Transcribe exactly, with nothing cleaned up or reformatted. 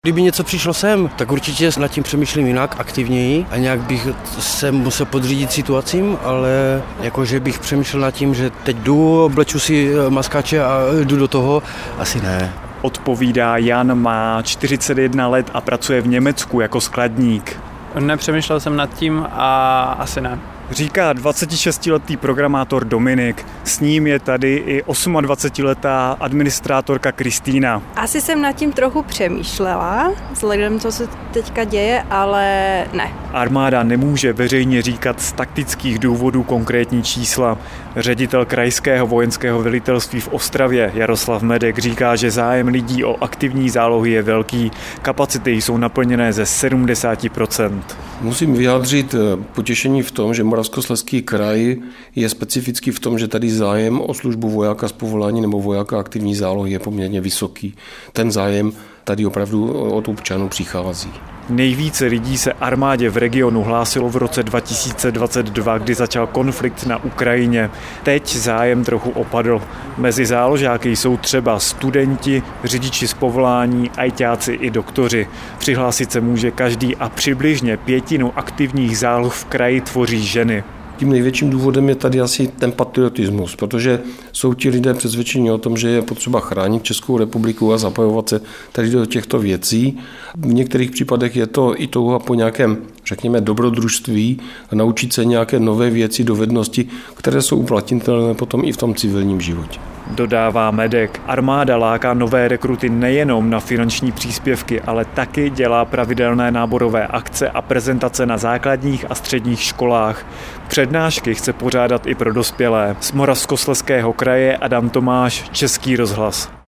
Kdyby něco přišlo sem, tak určitě nad tím přemýšlím jinak, aktivněji a nějak bych se musel podřídit situacím, ale jakože bych přemýšlel nad tím, že teď jdu, obleču si maskáče a jdu do toho, asi ne. Odpovídá Jan, má čtyřicet jedna let a pracuje v Německu jako skladník. Nepřemýšlel jsem nad tím a asi ne. Říká dvacetišestiletý programátor Dominik. S ním je tady i osmadvacetiletá administrátorka Kristýna. Asi jsem nad tím trochu přemýšlela, vzhledem co se teďka děje, ale ne. Armáda nemůže veřejně říkat z taktických důvodů konkrétní čísla. Ředitel krajského vojenského velitelství v Ostravě Jaroslav Medek říká, že zájem lidí o aktivní zálohy je velký. Kapacity jsou naplněné ze sedmdesát procent. Musím vyjádřit potěšení v tom, že Moravskoslezský kraj je specifický v tom, že tady zájem o službu vojáka z povolání nebo vojáka aktivní zálohy je poměrně vysoký. Ten zájem tady opravdu od občanů přichází. Nejvíce lidí se armádě v regionu hlásilo v roce dva tisíce dvacet dva, kdy začal konflikt na Ukrajině. Teď zájem trochu opadl. Mezi záložáky jsou třeba studenti, řidiči z povolání, ajťáci i doktoři. Přihlásit se může každý a přibližně pětinu aktivních záloh v kraji tvoří ženy. Tím největším důvodem je tady asi ten patriotismus, protože jsou ti lidé přesvědčeni o tom, že je potřeba chránit Českou republiku a zapojovat se tady do těchto věcí. V některých případech je to i touha po nějakém, řekněme, dobrodružství a naučit se nějaké nové věci, dovednosti, které jsou uplatnitelné potom i v tom civilním životě. Dodává Medek. Armáda láká nové rekruty nejenom na finanční příspěvky, ale taky dělá pravidelné náborové akce a prezentace na základních a středních školách. Přednášky chce pořádat i pro dospělé. Z Moravskoslezského kraje Adam Tomáš, Český rozhlas.